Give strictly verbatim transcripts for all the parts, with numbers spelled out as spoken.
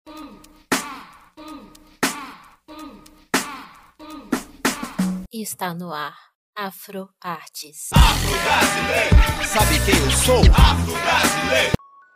Está no ar Afro Artes. Afro brasileiro, sabe quem eu sou? Afro brasileiro.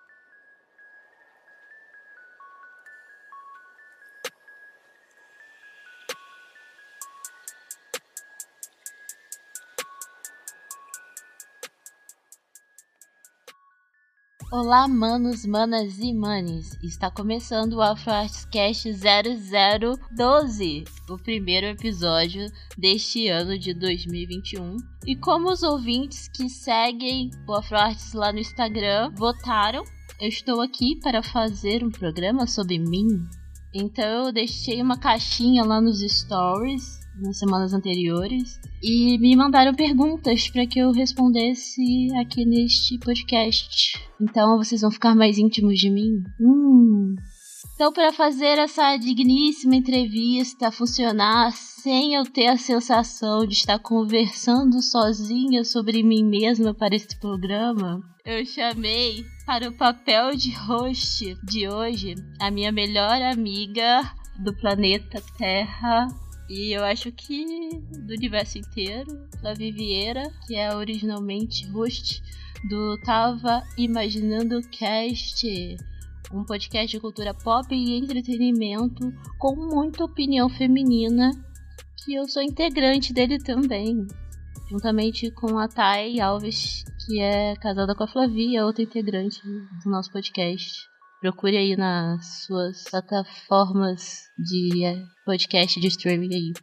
Olá, manos, manas e manes! Está começando o Afro Artes Cast zero zero doze, o primeiro episódio deste ano de dois mil e vinte e um. E como os ouvintes que seguem o Afro Artes lá no Instagram votaram, eu estou aqui para fazer um programa sobre mim. Então eu deixei uma caixinha lá nos stories nas semanas anteriores e me mandaram perguntas para que eu respondesse aqui neste podcast. Então vocês vão ficar mais íntimos de mim? Hum. Então, para fazer essa digníssima entrevista funcionar sem eu ter a sensação de estar conversando sozinha sobre mim mesma para este programa, eu chamei para o papel de host de hoje a minha melhor amiga do planeta Terra, e eu acho que do universo inteiro, Flavi Vieira, que é originalmente host do Tava Imaginando Cast, um podcast de cultura pop e entretenimento com muita opinião feminina, que eu sou integrante dele também, juntamente com a Thay Alves, que é casada com a Flavi, é outra integrante do nosso podcast. Procure aí nas suas plataformas de podcast de streaming aí.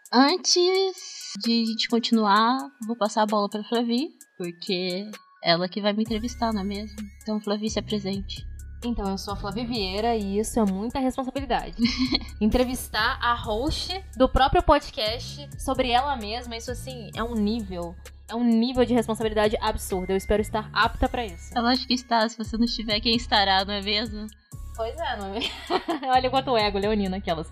Antes de a gente continuar, vou passar a bola para a Flavi, porque ela que vai me entrevistar, não é mesmo? Então, Flavi, se apresente. Então, eu sou a Flavi Vieira e isso é muita responsabilidade. Entrevistar a host do próprio podcast sobre ela mesma, isso assim, é um nível... É um nível de responsabilidade absurdo. Eu espero estar apta pra isso. Eu acho que está. Se você não estiver, quem estará, não é mesmo? Pois é, não é? Olha quanto ego, Leonina, aquelas.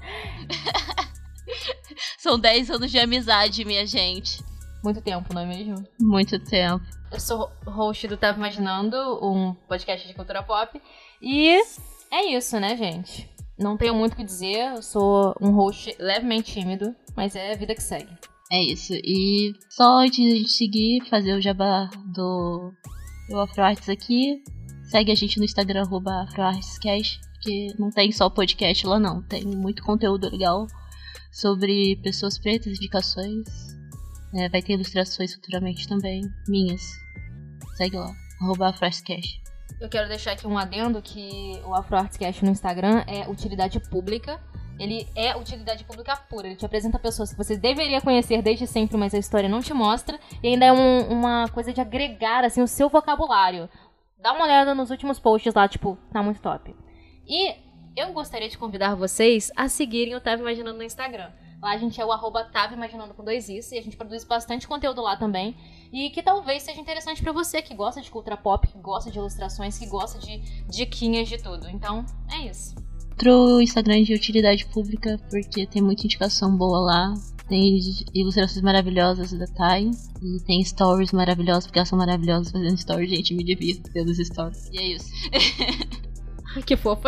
São dez anos de amizade, minha gente. Muito tempo, não é mesmo? Muito tempo. Eu sou host do Tava Imaginando, um podcast de cultura pop. E é isso, né, gente? Não tenho muito o que dizer. Eu sou um host levemente tímido, mas é a vida que segue. É isso, e só antes de a gente seguir, fazer o jabá do, do Afro Artes aqui, segue a gente no Instagram, arroba AfroArtesCast, porque não tem só podcast lá não, tem muito conteúdo legal sobre pessoas pretas, indicações, é, vai ter ilustrações futuramente também, minhas, segue lá, arroba AfroArtesCast. Eu quero deixar aqui um adendo que o Afro Artes Cast no Instagram é utilidade pública. Ele é utilidade pública pura. Ele te apresenta pessoas que você deveria conhecer desde sempre, mas a história não te mostra. E ainda é um, uma coisa de agregar, assim, o seu vocabulário. Dá uma olhada nos últimos posts lá, tipo, tá muito top. E eu gostaria de convidar vocês a seguirem o Tava Imaginando no Instagram. Lá a gente é o arroba Tava Imaginando com dois is. E a gente produz bastante conteúdo lá também. E que talvez seja interessante pra você que gosta de cultura pop, que gosta de ilustrações, que gosta de diquinhas de tudo. Então, é isso. Outro Instagram de utilidade pública, porque tem muita indicação boa lá. Tem ilustrações maravilhosas da Thay. E tem stories maravilhosas, porque elas são maravilhosas fazendo stories. Gente, me divirto pelos stories. E é isso. Ai, que fofa.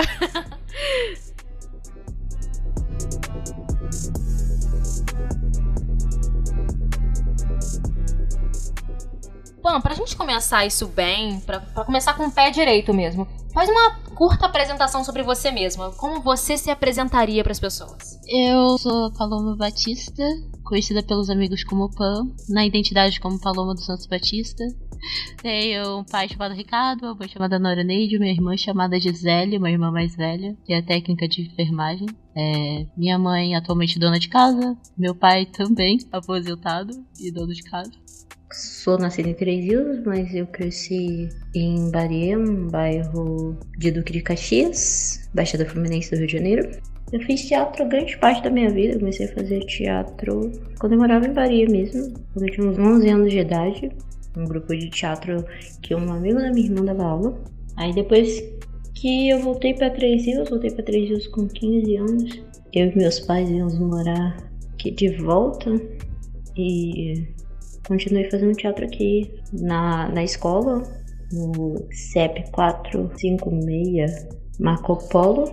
Bom, pra gente começar isso bem, pra, pra começar com o pé direito mesmo, faz uma curta apresentação sobre você mesma. Como você se apresentaria pras pessoas? Eu sou Paloma Batista, conhecida pelos amigos como Pam, na identidade como Paloma dos Santos Batista. Tenho um pai chamado Ricardo, uma mãe chamada Nora Neide, minha irmã chamada Gisele, uma irmã mais velha, que é técnica de enfermagem. É, minha mãe atualmente dona de casa, meu pai também aposentado e dono de casa. Sou nascida em Três Rios, mas eu cresci em Bahia, um bairro de Duque de Caxias, Baixada Fluminense do Rio de Janeiro. Eu fiz teatro grande parte da minha vida. Eu comecei a fazer teatro quando eu morava em Bahia mesmo, quando eu tinha uns onze anos de idade. Um grupo de teatro que um amigo da minha irmã dava aula. Aí depois que eu voltei pra Três Rios, voltei pra Três Rios com quinze anos. Eu e meus pais íamos morar aqui de volta e continuei fazendo teatro aqui na, na escola, no C E P quatrocentos e cinquenta e seis Marco Polo.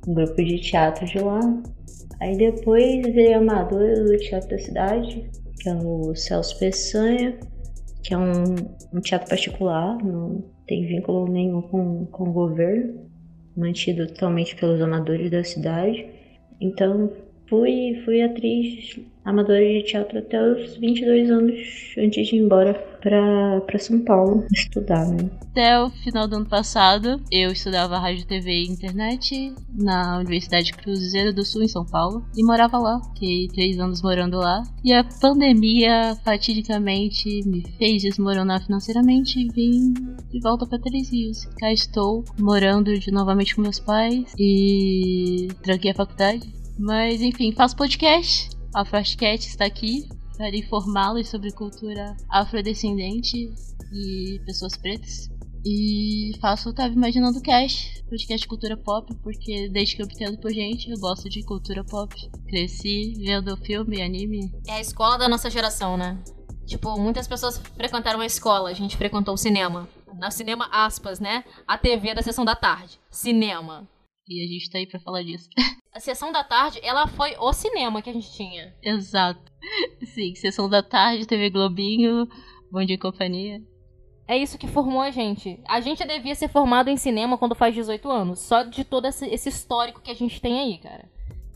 um grupo de teatro de lá. Aí depois virei amadora do Teatro da Cidade, que é o Celso Peçanha, que é um, um teatro particular, não tem vínculo nenhum com, com o governo, mantido totalmente pelos amadores da cidade. Então fui, fui atriz amadora de teatro até os vinte e dois anos, antes de ir embora pra, pra São Paulo estudar, né? Até o final do ano passado, eu estudava rádio, T V e internet na Universidade Cruzeiro do Sul, em São Paulo, e morava lá. Fiquei três anos morando lá. E a pandemia, fatidicamente, me fez desmoronar financeiramente e vim de volta para Três Rios. Cá estou, morando de novamente com meus pais e tranquei a faculdade. Mas, enfim, faço podcast. A Afroartcast está aqui para informá-los sobre cultura afrodescendente e pessoas pretas. E faço o Tava Imaginando Cast, podcast de cultura pop, porque desde que eu pretendo por gente, eu gosto de cultura pop. Cresci vendo filme e anime. É a escola da nossa geração, né? Tipo, muitas pessoas frequentaram a escola, a gente frequentou o cinema. No cinema, aspas, né? A T V da sessão da tarde. Cinema. E a gente tá aí pra falar disso. A sessão da tarde, ela foi o cinema que a gente tinha. Exato. Sim, sessão da tarde, T V Globinho, Bom Dia e Companhia. É isso que formou a gente. A gente devia ser formado em cinema quando faz dezoito anos. Só de todo esse, esse histórico que a gente tem aí, cara.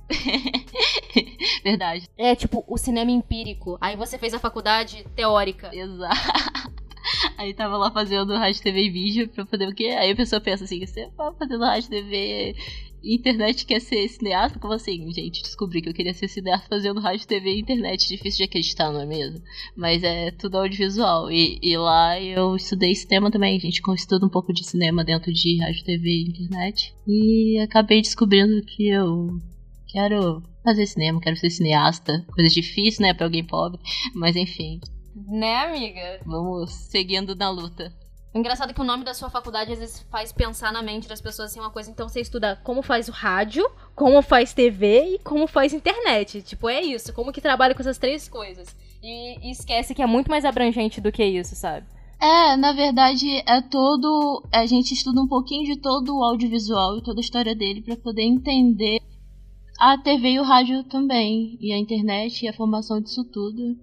Verdade. É tipo o cinema empírico. Aí você fez a faculdade teórica. Exato. Aí tava lá fazendo rádio, T V e vídeo pra poder o quê? Aí a pessoa pensa assim, você tá fazendo rádio, T V e internet, quer ser cineasta? Como assim? Gente, descobri que eu queria ser cineasta fazendo rádio, T V e internet. Difícil de acreditar, não é mesmo? Mas é tudo audiovisual. E, e lá eu estudei cinema também. A gente estuda um pouco de cinema dentro de rádio, T V e internet. E acabei descobrindo que eu quero fazer cinema, quero ser cineasta. Coisa difícil, né, pra alguém pobre. Mas enfim. Né, amiga? Vamos seguindo na luta. O engraçado é que o nome da sua faculdade às vezes faz pensar na mente das pessoas assim uma coisa. Então você estuda como faz o rádio, como faz T V e como faz internet. Tipo, é isso. Como que trabalha com essas três coisas. E, e esquece que é muito mais abrangente do que isso, sabe? É, na verdade, é todo... A gente estuda um pouquinho de todo o audiovisual e toda a história dele pra poder entender a T V e o rádio também. E a internet e a formação disso tudo.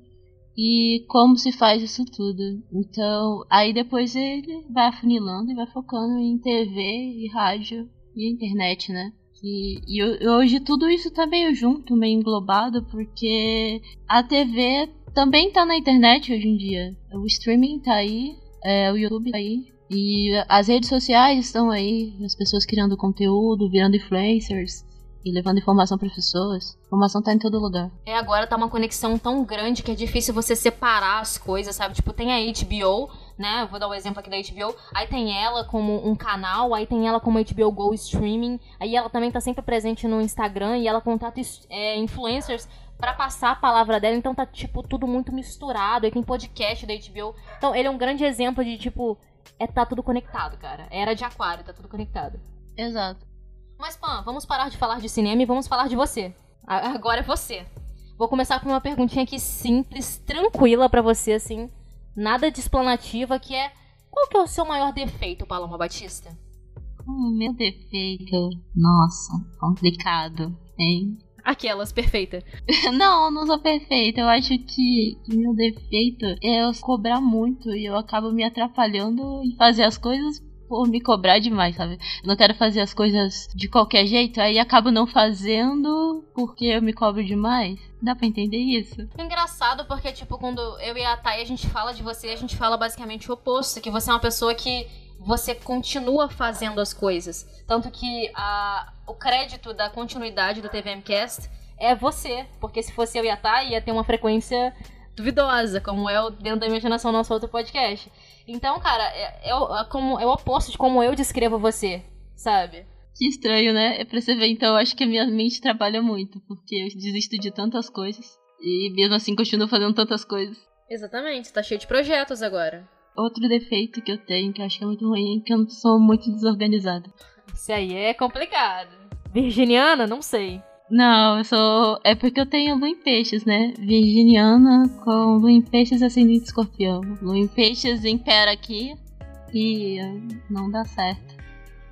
E como se faz isso tudo. Então, aí depois ele vai afunilando e vai focando em T V e rádio e internet, né? E, e hoje tudo isso tá meio junto, meio englobado, porque a T V também tá na internet hoje em dia. O streaming tá aí, é, o YouTube tá aí. E as redes sociais estão aí, as pessoas criando conteúdo, virando influencers. E levando informação para as pessoas. Informação tá em todo lugar. É, agora tá uma conexão tão grande que é difícil você separar as coisas, sabe? Tipo, tem a H B O, né? Eu vou dar um exemplo aqui da H B O. Aí tem ela como um canal, aí tem ela como H B O Go Streaming. Aí ela também tá sempre presente no Instagram e ela contrata é, influencers pra passar a palavra dela. Então tá, tipo, tudo muito misturado. Aí tem podcast da H B O. Então ele é um grande exemplo de, tipo, é tá tudo conectado, cara. Era de aquário, tá tudo conectado. Exato. Mas, Pan, vamos parar de falar de cinema e vamos falar de você. Agora é você. Vou começar com uma perguntinha aqui simples, tranquila pra você, assim. Nada de explanativa, que é... Qual que é o seu maior defeito, Paloma Batista? O meu defeito... Nossa, complicado, hein? Aquelas, perfeita. Não, não sou perfeita. Eu acho que o meu defeito é eu cobrar muito e eu acabo me atrapalhando em fazer as coisas por me cobrar demais, sabe? Eu não quero fazer as coisas de qualquer jeito, aí acabo não fazendo porque eu me cobro demais. Dá pra entender isso? É engraçado porque, tipo, quando eu e a Thay a gente fala de você, a gente fala basicamente o oposto, que você é uma pessoa que você continua fazendo as coisas. Tanto que a, o crédito da continuidade do T V M Cast é você, porque se fosse eu e a Thay ia ter uma frequência duvidosa, como é o Dentro da Imaginação, nosso outro podcast. Então, cara, é, é, é, como, é o oposto de como eu descrevo você, sabe? Que estranho, né? É pra você ver, então, eu acho que a minha mente trabalha muito, porque eu desisto de tantas coisas, e mesmo assim continuo fazendo tantas coisas. Exatamente, tá cheio de projetos agora. Outro defeito que eu tenho, que eu acho que é muito ruim, é que eu sou muito desorganizada. Isso aí é complicado. Virginiana? Não sei. Não, eu sou... É porque eu tenho lua em peixes, né? Virginiana com lua em peixes ascendente escorpião. Lua em peixes impera aqui e não dá certo.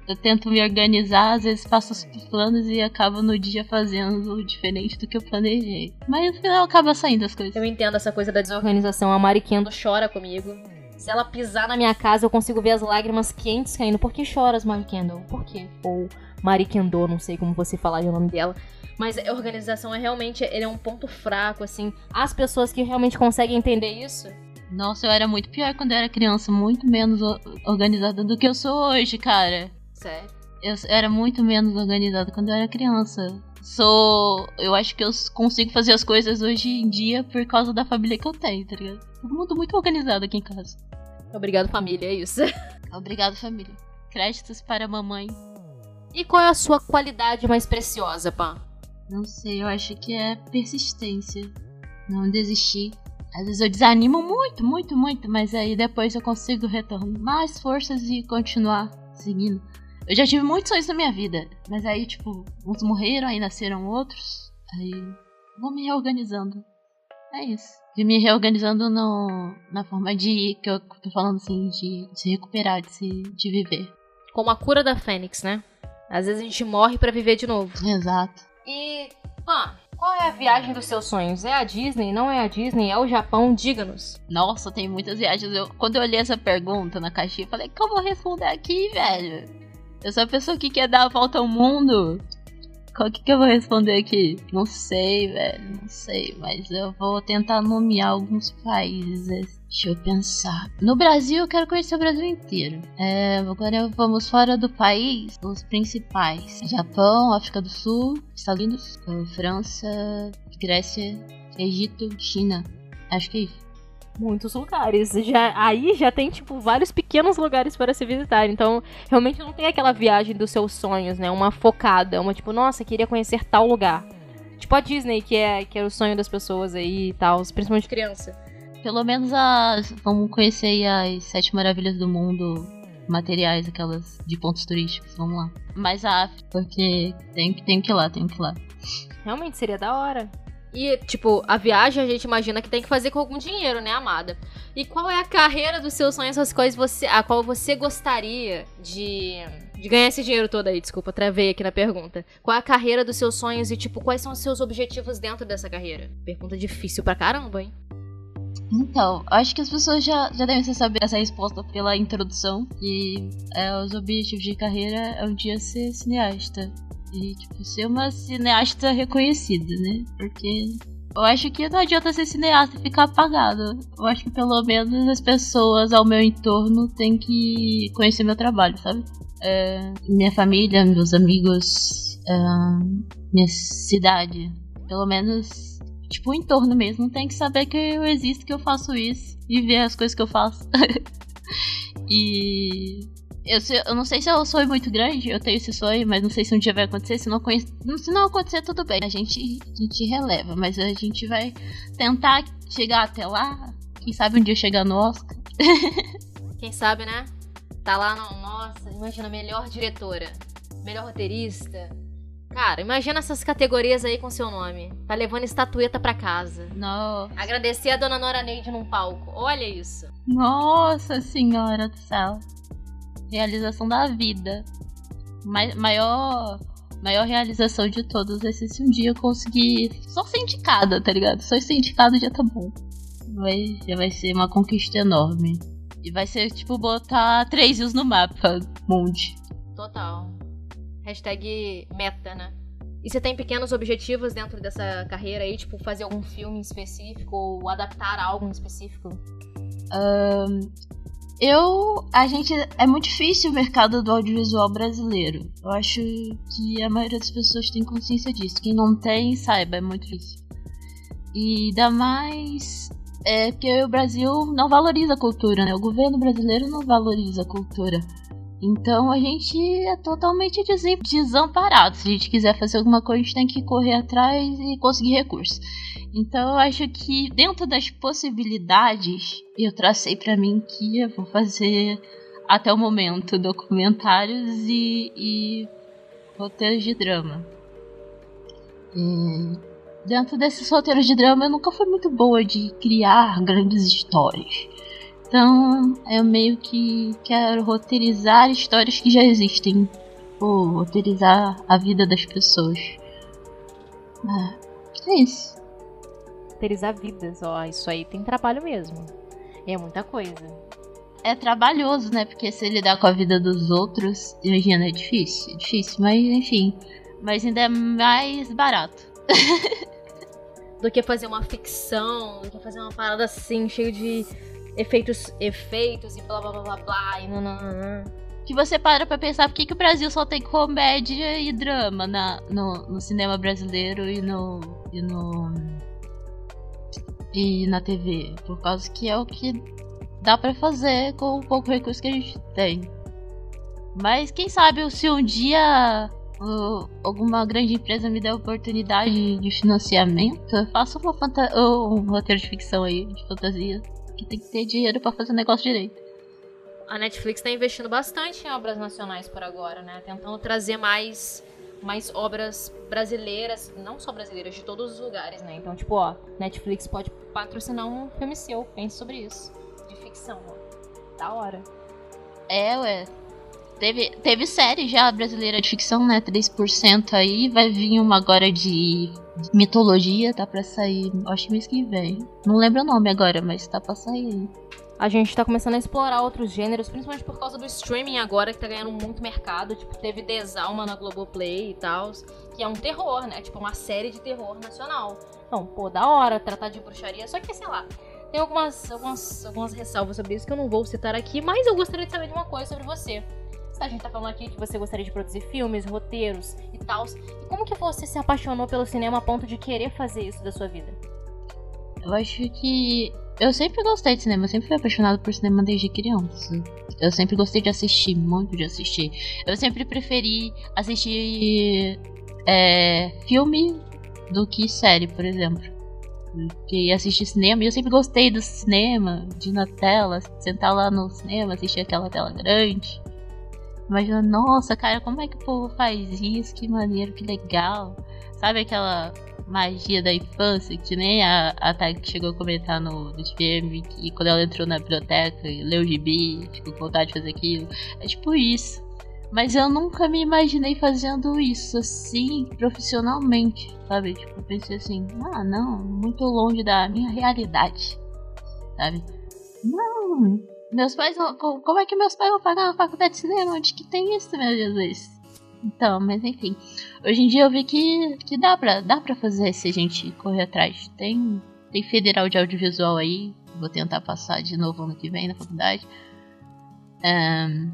Eu tento me organizar, às vezes faço os planos e acabo no dia fazendo diferente do que eu planejei. Mas no final acaba saindo as coisas. Eu entendo essa coisa da desorganização. A Mari Kendo chora comigo. Se ela pisar na minha casa, eu consigo ver as lágrimas quentes caindo. Por que choras, Mari Kendo? Por quê? Ou Mari Kendo, não sei como você falaria o nome dela. Mas a organização é realmente ele é um ponto fraco, assim. As pessoas que realmente conseguem entender isso... Nossa, eu era muito pior quando eu era criança. Muito menos organizada do que eu sou hoje, cara. Sério? Eu era muito menos organizada quando eu era criança. Sou... Eu acho que eu consigo fazer as coisas hoje em dia por causa da família que eu tenho, tá ligado? Todo mundo muito organizado aqui em casa. Obrigado, família, é isso. Obrigado, família. Créditos para a mamãe. E qual é a sua qualidade mais preciosa, pá? Não sei, eu acho que é persistência. Não desistir. Às vezes eu desanimo muito, muito, muito, mas aí depois eu consigo retornar mais forças e continuar seguindo. Eu já tive muitos sonhos na minha vida, mas aí, tipo, uns morreram, aí nasceram outros. Aí vou me reorganizando. É isso. E me reorganizando no, na forma de, que eu tô falando assim, de, de se recuperar, de, se, de viver. Como a cura da Fênix, né? Às vezes a gente morre pra viver de novo. Exato. E, pá, qual é a viagem dos seus sonhos? É a Disney? Não é a Disney? É o Japão? Diga-nos. Nossa, tem muitas viagens. Eu, quando eu olhei essa pergunta na caixinha, eu falei, como eu vou responder aqui, velho? Eu sou a pessoa que quer dar a volta ao mundo. Qual que, que eu vou responder aqui? Não sei, velho. Não sei. Mas eu vou tentar nomear alguns países. Deixa eu pensar. No Brasil, eu quero conhecer o Brasil inteiro. É, agora vamos fora do país. Os principais. Japão, África do Sul, Estados Unidos, França, Grécia, Egito, China. Acho que é isso. Muitos lugares. Já, aí já tem, tipo, vários pequenos lugares para se visitar. Então, realmente não tem aquela viagem dos seus sonhos, né? Uma focada. Uma, tipo, nossa, queria conhecer tal lugar. Tipo a Disney, que é, que é o sonho das pessoas aí e tal, principalmente criança. Pelo menos as... Vamos conhecer aí as sete maravilhas do mundo materiais, aquelas de pontos turísticos. Vamos lá. Mas a África, porque tem, tem que ir lá, tem que ir lá. Realmente seria da hora. E, tipo, a viagem a gente imagina que tem que fazer com algum dinheiro, né, amada? E qual é a carreira dos seus sonhos, as coisas você, a qual você gostaria de, de ganhar esse dinheiro todo aí? Desculpa, travei aqui na pergunta. Qual é a carreira dos seus sonhos e, tipo, quais são os seus objetivos dentro dessa carreira? Pergunta difícil pra caramba, hein? Então, acho que as pessoas já, já devem saber essa resposta pela introdução. E é, os objetivos de carreira é um dia ser cineasta. E, tipo, ser uma cineasta reconhecida, né? Porque eu acho que não adianta ser cineasta e ficar apagado. Eu acho que pelo menos as pessoas ao meu entorno têm que conhecer meu trabalho, sabe? É, minha família, meus amigos, é, minha cidade. Pelo menos, tipo, o entorno mesmo tem que saber que eu existo, que eu faço isso. E ver as coisas que eu faço. E... Eu, eu não sei se é um sonho muito grande, eu tenho esse sonho, mas não sei se um dia vai acontecer. Se não, conhece, se não acontecer, tudo bem. A gente, a gente releva, mas a gente vai tentar chegar até lá. Quem sabe um dia chegar no Oscar. Quem sabe, né? Tá lá, no, nossa, imagina, melhor diretora, melhor roteirista. Cara, imagina essas categorias aí com seu nome. Tá levando estatueta pra casa. Nossa. Agradecer a dona Nora Neide num palco. Olha isso. Nossa senhora do céu. Realização da vida. Ma- maior, maior realização de todos é se um dia eu conseguir só ser indicada, tá ligado? Só ser indicada já tá bom. Vai, já vai ser uma conquista enorme. E vai ser tipo botar três rios no mapa, monte. Total. Hashtag meta, né? E você tem pequenos objetivos dentro dessa carreira aí? Tipo, fazer algum filme em específico ou adaptar algo em específico? Um, eu... A gente... É muito difícil o mercado do audiovisual brasileiro. Eu acho que a maioria das pessoas tem consciência disso. Quem não tem, saiba, é muito difícil. E ainda mais... É que o Brasil não valoriza a cultura, né? O governo brasileiro não valoriza a cultura. Então a gente é totalmente desamparado. Se a gente quiser fazer alguma coisa, a gente tem que correr atrás e conseguir recursos. Então eu acho que dentro das possibilidades, eu tracei pra mim que eu vou fazer até o momento documentários e, e roteiros de drama. E dentro desses roteiros de drama eu nunca fui muito boa de criar grandes histórias. Então, eu meio que quero roteirizar histórias que já existem. Ou roteirizar a vida das pessoas. Ah, é isso. Roteirizar vidas, ó, isso aí tem trabalho mesmo. É muita coisa. É trabalhoso, né? Porque se lidar com a vida dos outros, imagina, é difícil. É difícil, mas enfim. Mas ainda é mais barato. Do que fazer uma ficção, do que fazer uma parada assim, cheio de efeitos, efeitos e blá blá blá blá blá e nananã. Que você para pra pensar por que, que o Brasil só tem comédia e drama na, no, no cinema brasileiro e no, e no. e na T V. Por causa que é o que dá pra fazer com o pouco recurso que a gente tem. Mas quem sabe se um dia uh, alguma grande empresa me der a oportunidade de financiamento, faça uma fanta- um roteiro de ficção aí, de fantasia. Que tem que ter dinheiro pra fazer o negócio direito. A Netflix tá investindo bastante em obras nacionais por agora, né? Tentando trazer mais, mais obras brasileiras, não só brasileiras, de todos os lugares, né? Então, tipo, ó, Netflix pode patrocinar um filme seu, pense sobre isso. De ficção, ó. Da hora. É, ué. Teve, teve série já brasileira de ficção, né? três por cento aí. Vai vir uma agora de mitologia, tá pra sair, acho mês que vem. Não lembro o nome agora, mas tá pra sair. A gente tá começando a explorar outros gêneros, principalmente por causa do streaming agora, que tá ganhando muito mercado. Tipo, teve Desalma na Globoplay e tal, que é um terror, né? Tipo, uma série de terror nacional. Então, pô, da hora tratar de bruxaria. Só que, sei lá, tem algumas, algumas, algumas ressalvas sobre isso que eu não vou citar aqui, mas eu gostaria de saber de uma coisa sobre você. A gente tá falando aqui que você gostaria de produzir filmes, roteiros e tal. E como que você se apaixonou pelo cinema a ponto de querer fazer isso da sua vida? Eu acho que... Eu sempre gostei de cinema, eu sempre fui apaixonado por cinema desde criança. Eu sempre gostei de assistir, muito de assistir. Eu sempre preferi assistir é, filme do que série, por exemplo. Porque assistir cinema, e eu sempre gostei do cinema, de ir na tela, sentar lá no cinema, assistir aquela tela grande. Imagina, nossa, cara, como é que o povo faz isso? Que maneiro, que legal. Sabe aquela magia da infância que nem a, a Thay que chegou a comentar no, no T V M, que quando ela entrou na biblioteca e leu o gibi, ficou com vontade de fazer aquilo. É tipo isso. Mas eu nunca me imaginei fazendo isso assim, profissionalmente, sabe? Tipo, eu pensei assim, ah, não, muito longe da minha realidade, sabe? Não, meus pais, como é que meus pais vão pagar uma faculdade de cinema? Onde que tem isso, meu Jesus? Então, mas enfim, hoje em dia eu vi que, que dá, pra, dá pra fazer se a gente correr atrás. Tem, tem federal de audiovisual aí, vou tentar passar de novo ano que vem na faculdade. Um,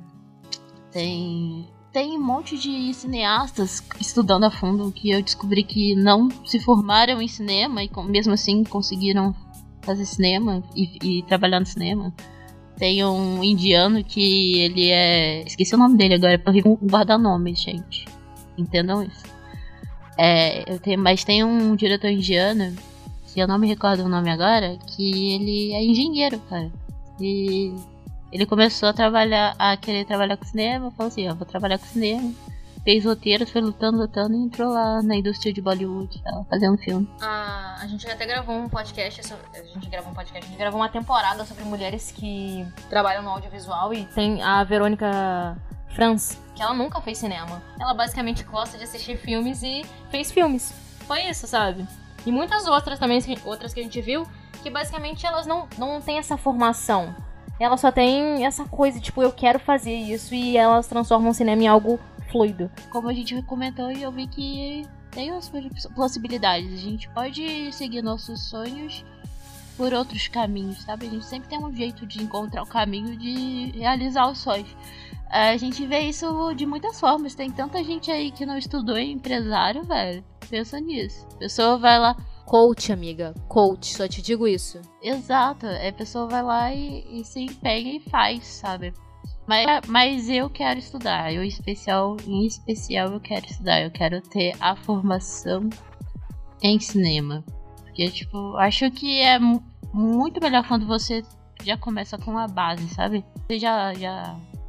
tem, tem um monte de cineastas estudando a fundo que eu descobri que não se formaram em cinema e mesmo assim conseguiram fazer cinema e, e trabalhar no cinema. Tem um indiano que ele é... Esqueci o nome dele agora, pra guardar nomes, gente. Entendam isso. É, eu tenho, mas tem um diretor indiano, que eu não me recordo o nome agora, que ele é engenheiro, cara. E ele começou a trabalhar, a querer trabalhar com cinema, falou assim, ó, vou trabalhar com cinema. Fez roteiros, foi lutando, lutando e entrou lá na indústria de Bollywood, tá, fazendo filme. Ah, a gente até gravou um podcast, sobre, a gente gravou um podcast, a gente gravou uma temporada sobre mulheres que trabalham no audiovisual e tem a Verônica Franz, que ela nunca fez cinema. Ela basicamente gosta de assistir filmes e fez filmes. Foi isso, sabe? E muitas outras também, outras que a gente viu, que basicamente elas não, não têm essa formação. Elas só têm essa coisa, tipo, eu quero fazer isso e elas transformam o cinema em algo fluido. Como a gente comentou, eu vi que tem as possibilidades. A gente pode seguir nossos sonhos por outros caminhos, sabe? A gente sempre tem um jeito de encontrar o caminho de realizar os sonhos. A gente vê isso de muitas formas. Tem tanta gente aí que não estudou em empresário, velho. Pensa nisso. A pessoa vai lá... Coach, amiga. Coach, só te digo isso. Exato. A pessoa vai lá e, e se empenha e faz, sabe? Mas, mas eu quero estudar, eu em especial, em especial eu quero estudar, eu quero ter a formação em cinema. Porque, tipo, acho que é muito melhor quando você já começa com a base, sabe? Você já, já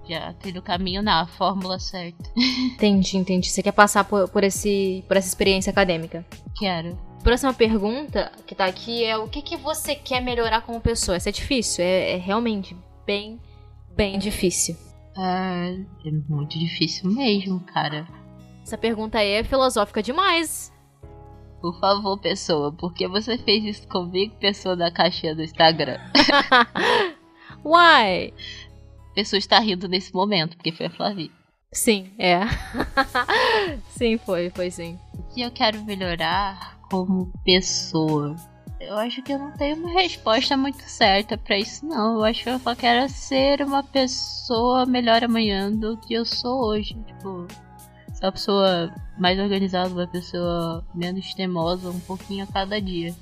Já tem no caminho na fórmula certa. Entendi, entendi. Você quer passar por, por, esse, por essa experiência acadêmica? Quero. Próxima pergunta que tá aqui é o que, que você quer melhorar como pessoa? Isso é difícil, é, é realmente bem, bem difícil. É, é muito difícil mesmo, cara. Essa pergunta aí é filosófica demais. Por favor, pessoa, por que você fez isso comigo, pessoa da caixinha do Instagram? Why? A pessoa está rindo nesse momento, porque foi a Flavi. Sim, é. Sim, foi, foi sim. O que eu quero melhorar como pessoa? Eu acho que eu não tenho uma resposta muito certa pra isso, não. Eu acho que eu só quero ser uma pessoa melhor amanhã do que eu sou hoje. Tipo, ser uma pessoa mais organizada, uma pessoa menos teimosa, um pouquinho a cada dia.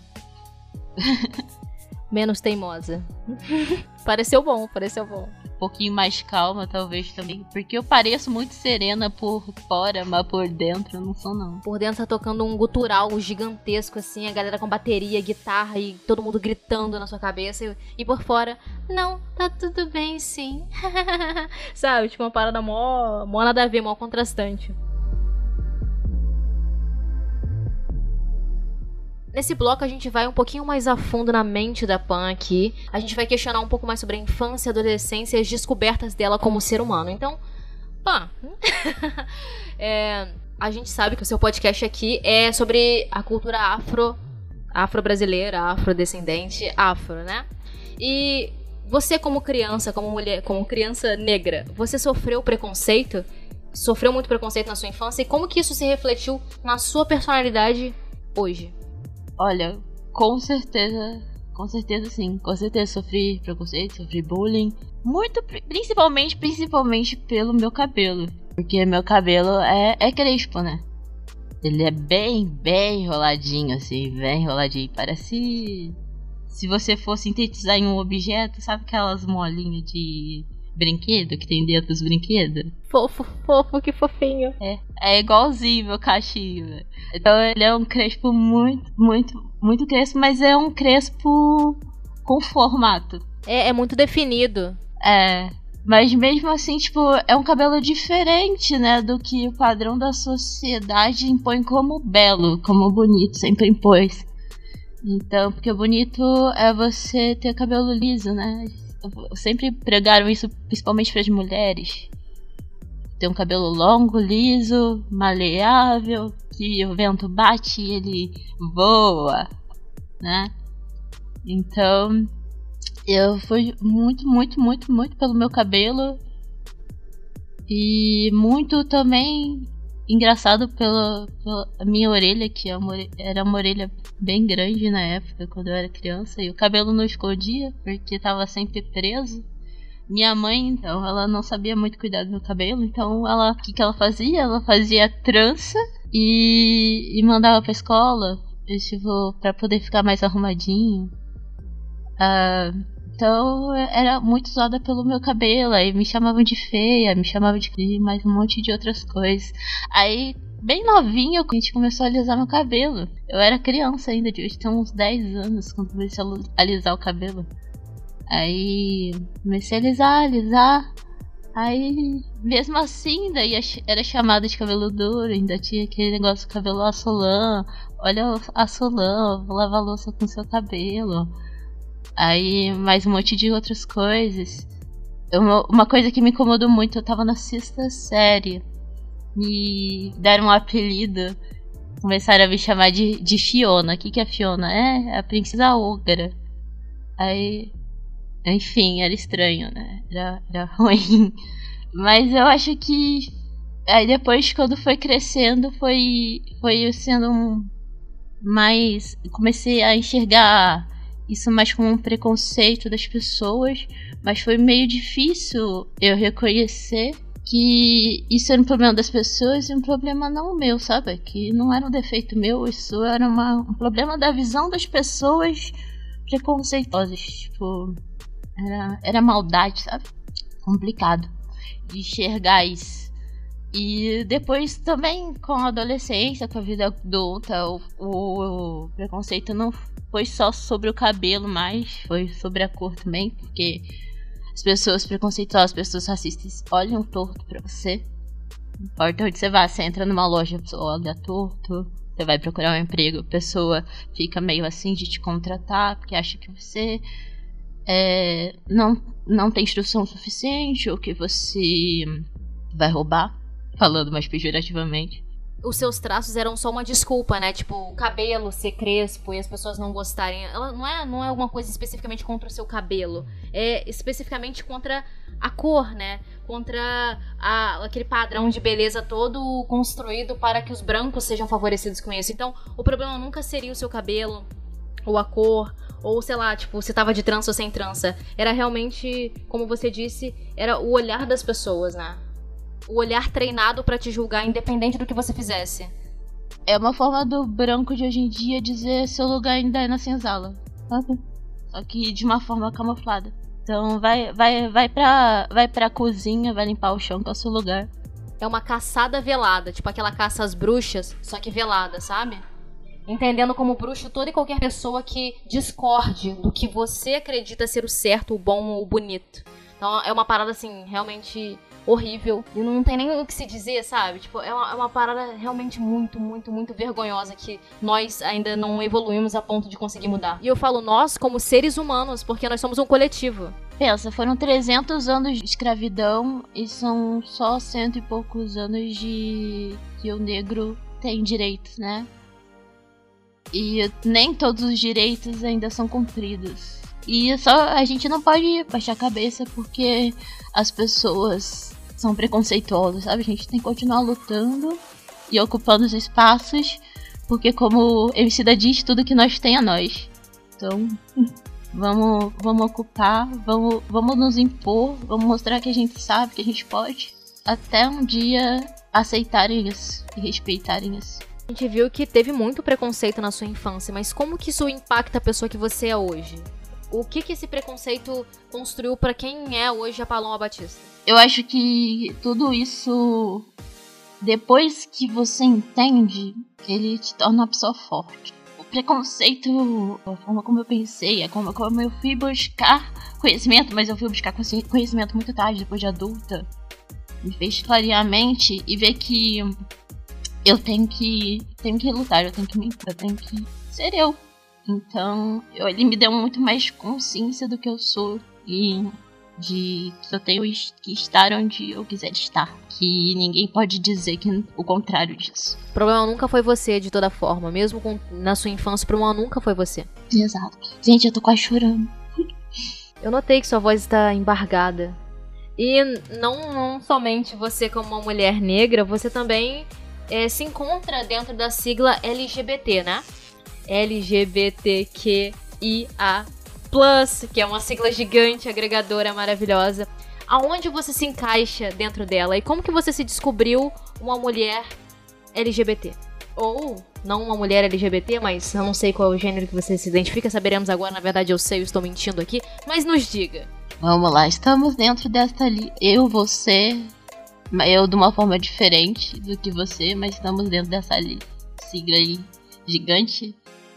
Menos teimosa. Pareceu bom, pareceu bom. Um pouquinho mais calma, talvez, também. Porque eu pareço muito serena por fora, mas por dentro eu não sou, não. Por dentro tá tocando um gutural gigantesco, assim, a galera com bateria, guitarra e todo mundo gritando na sua cabeça. E, e por fora, não, tá tudo bem, sim. Sabe, tipo uma parada mó, mó nada a ver, mó contrastante. Nesse bloco a gente vai um pouquinho mais a fundo na mente da Pan aqui. A gente vai questionar um pouco mais sobre a infância e adolescência e as descobertas dela como ser humano. Então, Pan, é, a gente sabe que o seu podcast aqui é sobre a cultura afro, afro-brasileira, afrodescendente, afro, né? E você como criança, como mulher, como criança negra, você sofreu preconceito? Sofreu muito preconceito na sua infância? E como que isso se refletiu na sua personalidade hoje? Olha, com certeza, com certeza sim, com certeza sofri preconceito, sofri bullying, muito, principalmente, principalmente pelo meu cabelo, porque meu cabelo é, é crespo, né, ele é bem, bem enroladinho, assim, bem enroladinho, parece se você for sintetizar em um objeto, sabe aquelas molinhas de brinquedo que tem dentro dos brinquedos? Fofo, fofo, que fofinho. É, é igualzinho meu cachinho. Então ele é um crespo muito, muito, muito crespo, mas é um crespo com formato. É, é muito definido. É, mas mesmo assim, tipo, é um cabelo diferente, né, do que o padrão da sociedade impõe como belo, como bonito, sempre impôs. Então, porque bonito é você ter cabelo liso, né? Sempre pregaram isso principalmente para as mulheres. Ter um cabelo longo, liso, maleável, que o vento bate e ele voa, né? Então, eu fui muito, muito, muito, muito pelo meu cabelo. E muito também engraçado pela, pela minha orelha, que é uma, era uma orelha bem grande na época, quando eu era criança. E o cabelo não escondia, porque estava sempre preso. Minha mãe, então, ela não sabia muito cuidar do meu cabelo. Então, ela, o que, que ela fazia? Ela fazia trança e, e mandava pra escola, tipo, pra poder ficar mais arrumadinho. Ah... Então, era muito zoada pelo meu cabelo. Aí me chamavam de feia, me chamavam de mais um monte de outras coisas. Aí, bem novinho, a gente começou a alisar meu cabelo. Eu era criança ainda, de hoje tem uns dez anos, quando comecei a alisar o cabelo. Aí, comecei a alisar, alisar. Aí, mesmo assim, ainda ia, era chamada de cabelo duro. Ainda tinha aquele negócio do cabelo assolã. Olha assolã, vou lavar louça com seu cabelo. Aí, mais um monte de outras coisas. Uma, uma coisa que me incomodou muito, eu tava na sexta série. Me deram um apelido. Começaram a me chamar de, de Fiona. O que que é Fiona? É a princesa Ogra. Aí, enfim, era estranho, né? Era, era ruim. Mas eu acho que... Aí depois, quando foi crescendo, foi, foi sendo um, mais... Comecei a enxergar... isso mais como um preconceito das pessoas, mas foi meio difícil eu reconhecer que isso era um problema das pessoas e um problema não meu, sabe? Que não era um defeito meu, isso era uma, um problema da visão das pessoas preconceituosas. Tipo, era, era maldade, sabe? Complicado de enxergar isso. E depois também com a adolescência, com a vida adulta, o, o, o preconceito não foi só sobre o cabelo, mas foi sobre a cor também, porque As pessoas preconceituosas, as pessoas racistas olham torto pra você. Não importa onde você vai, você entra numa loja, a pessoa olha torto. Você vai procurar um emprego, a pessoa fica meio assim de te contratar, porque acha que você é, não, não tem instrução suficiente, ou que você vai roubar, falando mais pejorativamente. Os seus traços eram só uma desculpa, né? Tipo, o cabelo ser crespo e as pessoas não gostarem. Ela não é, não é alguma coisa especificamente contra o seu cabelo. É especificamente contra a cor, né? Contra a, aquele padrão de beleza todo construído para que os brancos sejam favorecidos com isso. Então, o problema nunca seria o seu cabelo, ou a cor, ou sei lá, tipo, se tava de trança ou sem trança. Era realmente, como você disse, era o olhar das pessoas, né? O olhar treinado pra te julgar, independente do que você fizesse. É uma forma do branco de hoje em dia dizer seu lugar ainda é na senzala, sabe? Só que de uma forma camuflada. Então vai, vai, vai, pra, vai pra cozinha, vai limpar o chão, que é o seu lugar. É uma caçada velada, tipo aquela caça às bruxas, só que velada, sabe? Entendendo como bruxo toda e qualquer pessoa que discorde do que você acredita ser o certo, o bom ou o bonito. Então é uma parada assim, realmente horrível. E não tem nem o que se dizer, sabe? Tipo, é uma, é uma parada realmente muito, muito, muito vergonhosa que nós ainda não evoluímos a ponto de conseguir mudar. E eu falo nós como seres humanos, porque nós somos um coletivo. Pensa, foram trezentos anos de escravidão e são só cento e poucos anos de que o negro tem direitos, né? E nem todos os direitos ainda são cumpridos. E só a gente não pode baixar a cabeça porque as pessoas são preconceituosas, sabe? A gente tem que continuar lutando e ocupando os espaços, porque como M C da diz, tudo que nós tem é nós. Então, vamos, vamos ocupar, vamos, vamos nos impor, vamos mostrar que a gente sabe, que a gente pode, até um dia aceitarem isso e respeitarem isso. A gente viu que teve muito preconceito na sua infância, mas como que isso impacta a pessoa que você é hoje? O que que esse preconceito construiu pra quem é hoje a Paloma Batista? Eu acho que tudo isso, depois que você entende, ele te torna uma pessoa forte. O preconceito, a forma como eu pensei, a forma como eu fui buscar conhecimento, mas eu fui buscar conhecimento muito tarde, depois de adulta, me fez clarear a mente e ver que eu tenho que, tenho que lutar, eu tenho que me eu tenho que ser eu. Então, eu, ele me deu muito mais consciência do que eu sou e de que eu tenho que estar onde eu quiser estar. Que ninguém pode dizer que o contrário disso. O problema nunca foi você, de toda forma. Mesmo com, na sua infância, o problema nunca foi você. Exato. Gente, eu tô quase chorando. Eu notei que sua voz está embargada. E não, não somente você como uma mulher negra, você também é, se encontra dentro da sigla L G B T, né? L G B T Q I A plus, que é uma sigla gigante, agregadora, maravilhosa. Aonde você se encaixa dentro dela? E como que você se descobriu uma mulher L G B T? Ou, não uma mulher L G B T, mas eu não sei qual é o gênero que você se identifica, saberemos agora, na verdade eu sei, eu estou mentindo aqui, mas nos diga. Vamos lá, estamos dentro desta ali. Eu, você, eu de uma forma diferente do que você, mas estamos dentro dessa ali, sigla aí gigante.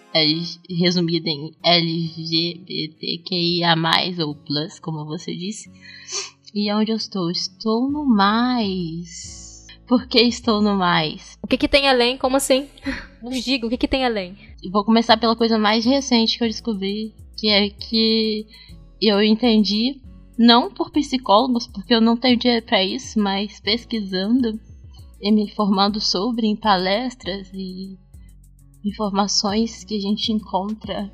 Resumida em L G B T Q I A mais, ou plus, como você disse. E onde eu estou? Estou no mais. Por que estou no mais? O que que tem além? Como assim? Nos diga, o que que tem além? Eu vou começar pela coisa mais recente que eu descobri, que é que eu entendi, não por psicólogos, porque eu não tenho dinheiro para isso, mas pesquisando e me informando sobre em palestras e informações que a gente encontra,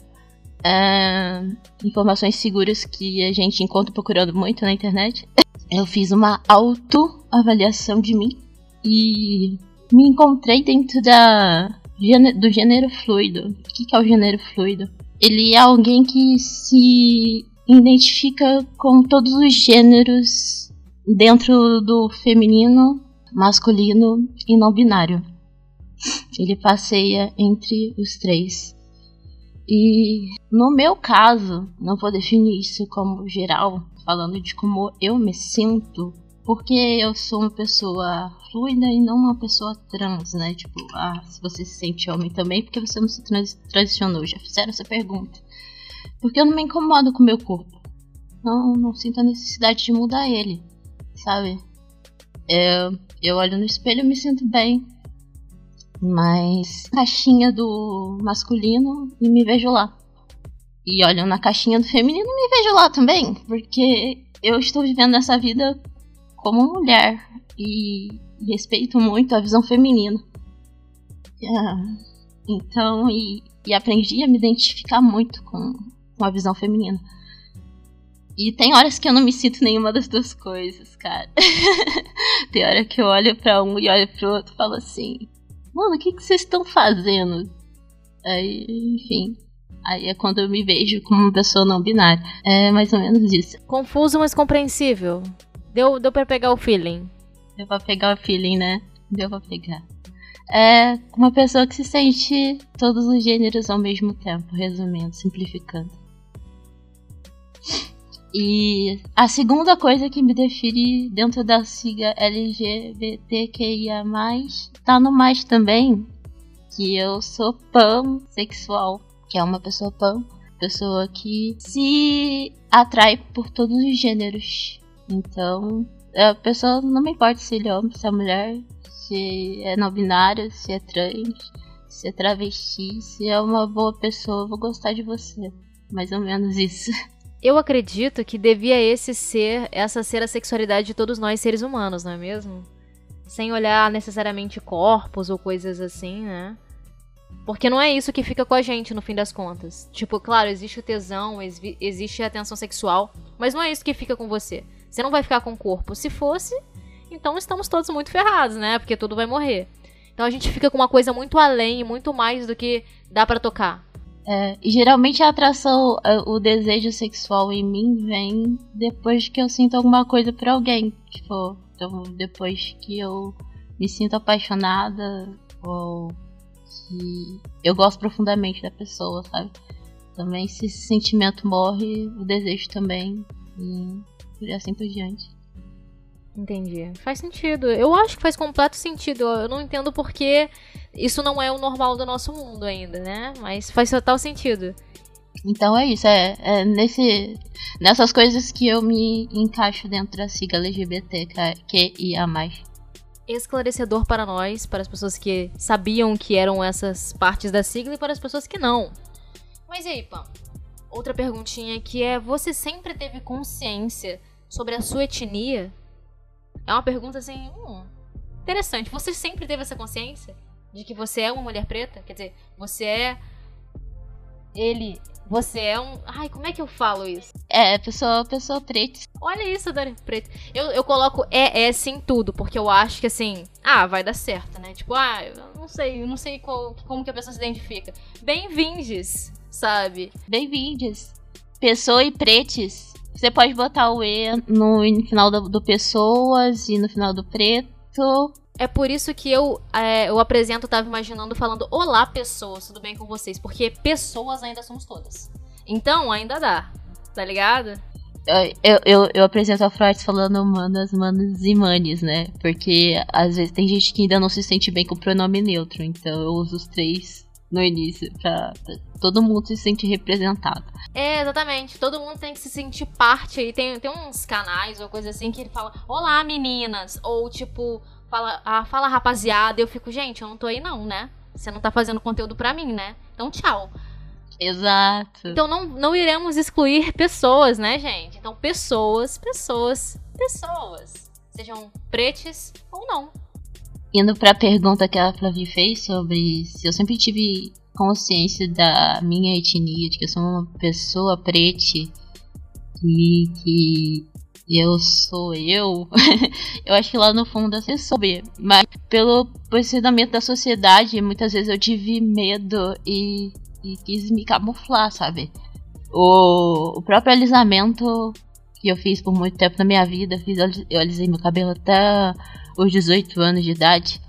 é, informações seguras que a gente encontra procurando muito na internet. Eu fiz uma autoavaliação de mim e me encontrei dentro da, do gênero fluido. O que é o gênero fluido? Ele é alguém que se identifica com todos os gêneros dentro do feminino, masculino e não binário. Ele passeia entre os três. E no meu caso, não vou definir isso como geral, falando de como eu me sinto, porque eu sou uma pessoa fluida e não uma pessoa trans, né? Tipo, ah, se você se sente homem também, porque você não se trans- transicionou? Já fizeram essa pergunta. Porque eu não me incomodo com o meu corpo. não, não sinto a necessidade de mudar ele, sabe? Eu, eu olho no espelho e me sinto bem, mas caixinha do masculino e me vejo lá. E olho na caixinha do feminino e me vejo lá também, porque eu estou vivendo essa vida como mulher e respeito muito a visão feminina. Yeah. Então, e, e aprendi a me identificar muito com, com a visão feminina. E tem horas que eu não me sinto nenhuma das duas coisas, cara. Tem hora que eu olho pra um e olho pro outro e falo assim: mano, o que que vocês estão fazendo? Aí, enfim. Aí é quando eu me vejo como uma pessoa não binária. É mais ou menos isso. Confuso, mas compreensível. Deu, deu pra pegar o feeling. Deu pra pegar o feeling, né? Deu pra pegar. É uma pessoa que se sente todos os gêneros ao mesmo tempo, resumindo, simplificando. E a segunda coisa que me define dentro da sigla L G B T Q I A mais, tá no mais também, que eu sou pansexual, que é uma pessoa pan, pessoa que se atrai por todos os gêneros. Então, a pessoa não me importa se ele é homem, se é mulher, se é não binário, se é trans, se é travesti, se é uma boa pessoa, eu vou gostar de você. Mais ou menos isso. Eu acredito que devia esse ser, essa ser a sexualidade de todos nós seres humanos, não é mesmo? Sem olhar necessariamente corpos ou coisas assim, né? Porque não é isso que fica com a gente, no fim das contas. Tipo, claro, existe o tesão, exi- existe a tensão sexual, mas não é isso que fica com você. Você não vai ficar com o corpo. Se fosse, então estamos todos muito ferrados, né? Porque tudo vai morrer. Então a gente fica com uma coisa muito além, muito mais do que dá pra tocar. É, e geralmente a atração, o desejo sexual em mim vem depois que eu sinto alguma coisa por alguém. Tipo, então, depois que eu me sinto apaixonada ou que eu gosto profundamente da pessoa, sabe? Também se esse sentimento morre, o desejo também, e assim por diante. Entendi. Faz sentido. Eu acho que faz completo sentido. Eu não entendo porque isso não é o normal do nosso mundo ainda, né? Mas faz total sentido. Então é isso. É, é nesse, nessas coisas que eu me encaixo dentro da sigla L G B T Q I A mais. Esclarecedor para nós, para as pessoas que sabiam que eram essas partes da sigla e para as pessoas que não. Mas e aí, Pam? Outra perguntinha que é: você sempre teve consciência sobre a sua etnia? É uma pergunta assim, hum, interessante. Você sempre teve essa consciência de que você é uma mulher preta? Quer dizer, você é ele, você é um... Ai, como é que eu falo isso? É, pessoa, pessoa preta. Olha isso, Dani Preta. Eu, eu coloco E S em tudo, porque eu acho que assim, ah, vai dar certo, né? Tipo, ah, eu não sei, eu não sei qual, como que a pessoa se identifica. Bem-vindes, sabe? Bem-vindes. Pessoa e pretes. Você pode botar o E no, no final do, do pessoas e no final do preto. É por isso que eu, é, eu apresento, eu tava imaginando, falando: olá, pessoas, tudo bem com vocês? Porque pessoas ainda somos todas. Então, ainda dá, tá ligado? Eu, eu, eu apresento a Freud falando manas, manos e manes, né? Porque às vezes tem gente que ainda não se sente bem com o pronome neutro. Então eu uso os três no início pra, pra todo mundo se sentir representado. É, exatamente. Todo mundo tem que se sentir parte. E tem, tem uns canais ou coisa assim que ele fala: olá, meninas. Ou tipo, fala, ah, fala rapaziada. Eu fico, gente, eu não tô aí não, né? Você não tá fazendo conteúdo pra mim, né? Então tchau. Exato. Então não, não iremos excluir pessoas, né, gente? Então pessoas, pessoas, pessoas. Sejam pretes ou não. Indo pra pergunta que a Flavie fez sobre se eu sempre tive consciência da minha etnia, de que eu sou uma pessoa preta e que eu sou eu, eu acho que lá no fundo eu sei saber. Mas pelo posicionamento da sociedade, muitas vezes eu tive medo e... e quis me camuflar, sabe? O, o próprio alisamento que eu fiz por muito tempo na minha vida, fiz, eu alisei meu cabelo até os dezoito anos de idade.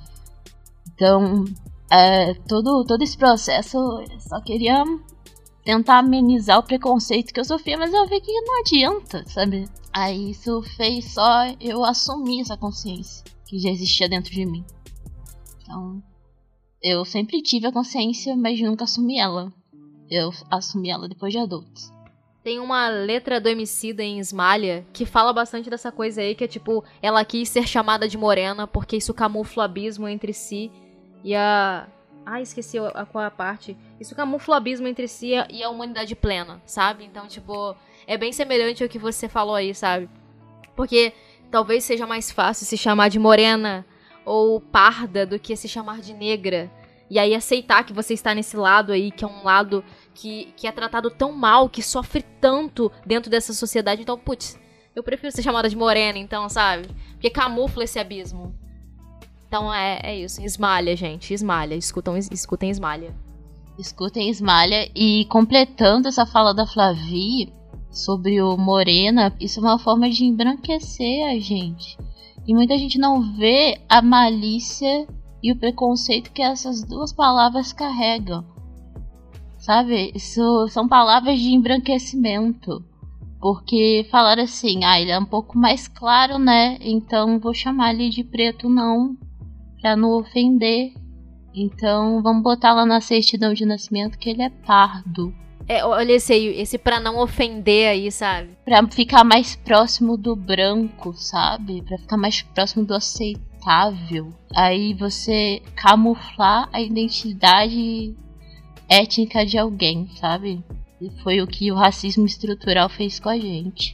Então, é, todo, todo esse processo, eu só queria tentar amenizar o preconceito que eu sofria, mas eu vi que não adianta, sabe? Aí isso fez só eu assumir essa consciência que já existia dentro de mim. Então... eu sempre tive a consciência, mas nunca assumi ela. Eu assumi ela depois de adultos. Tem uma letra do Emicida em Esmalha que fala bastante dessa coisa aí, que é tipo, ela quis ser chamada de morena porque isso camufla o abismo entre si e a... Ah, esqueci a, a qual a parte. Isso camufla o abismo entre si e a humanidade plena, sabe? Então, tipo, é bem semelhante ao que você falou aí, sabe? Porque talvez seja mais fácil se chamar de morena ou parda do que se chamar de negra. E aí aceitar que você está nesse lado aí, que é um lado que, que é tratado tão mal, que sofre tanto dentro dessa sociedade. Então, putz, eu prefiro ser chamada de morena, então, sabe? Porque camufla esse abismo. Então é, é isso. Esmalha, gente. Esmalha. Escutam, escutem Esmalha. Escutem Esmalha. E completando essa fala da Flavi sobre o morena, isso é uma forma de embranquecer a gente. E muita gente não vê a malícia e o preconceito que essas duas palavras carregam. Sabe? Isso são palavras de embranquecimento. Porque falaram assim, ah, ele é um pouco mais claro, né? Então vou chamar ele de preto não, pra não ofender. Então vamos botar lá na certidão de nascimento que ele é pardo. É, olha esse aí, esse pra não ofender aí, sabe? Pra ficar mais próximo do branco, sabe? Pra ficar mais próximo do aceitável. Aí você camuflar a identidade étnica de alguém, sabe? E foi o que o racismo estrutural fez com a gente.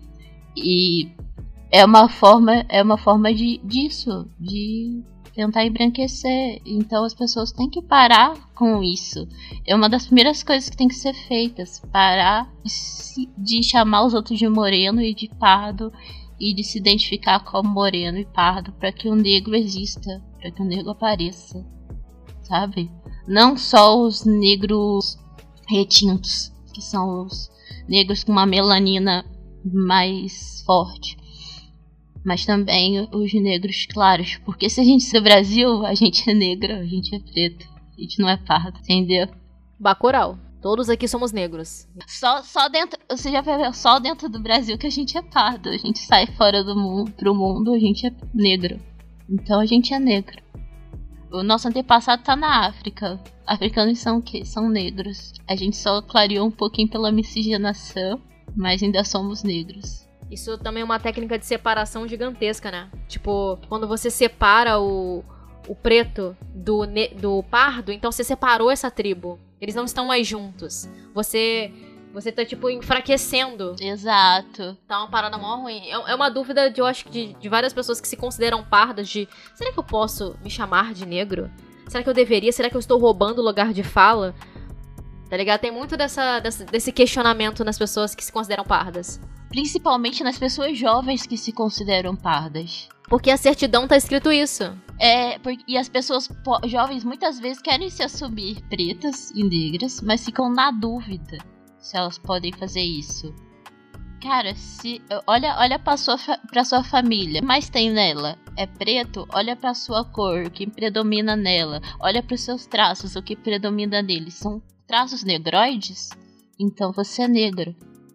E é uma forma, é uma forma de, disso, de tentar embranquecer. Então as pessoas têm que parar com isso. É uma das primeiras coisas que tem que ser feitas. Parar de, se, de chamar os outros de moreno e de pardo. E de se identificar como moreno e pardo. Para que o negro exista. Para que o negro apareça. Sabe? Não só os negros retintos. Que são os negros com uma melanina mais forte. Mas também os negros claros. Porque se a gente é Brasil, a gente é negro, a gente é preto. A gente não é pardo, entendeu? Bacurau. Todos aqui somos negros. Só, só dentro, você já percebeu? Só dentro do Brasil que a gente é pardo. A gente sai fora do mundo, pro mundo, a gente é negro. Então a gente é negro. O nosso antepassado tá na África. Africanos são o quê? São negros. A gente só clareou um pouquinho pela miscigenação, mas ainda somos negros. Isso também é uma técnica de separação gigantesca, né? Tipo, quando você separa o, o preto do, ne- do pardo, então você separou essa tribo. Eles não estão mais juntos. Você, você tá, tipo, enfraquecendo. Exato. Tá uma parada mó ruim. É, é uma dúvida, de, eu acho, de, de várias pessoas que se consideram pardas de... Será que eu posso me chamar de negro? Será que eu deveria? Será que eu estou roubando o lugar de fala? Tá ligado? Tem muito dessa, dessa, desse questionamento nas pessoas que se consideram pardas. Principalmente nas pessoas jovens que se consideram pardas. Porque a certidão tá escrito isso. É, porque, e as pessoas po- jovens muitas vezes querem se assumir pretas e negras, mas ficam na dúvida se elas podem fazer isso. Cara, se olha, olha pra, sua fa- pra sua família, o que mais tem nela? É preto? Olha pra sua cor, o que predomina nela. Olha pros seus traços, o que predomina neles. São traços negroides? Então você é negro.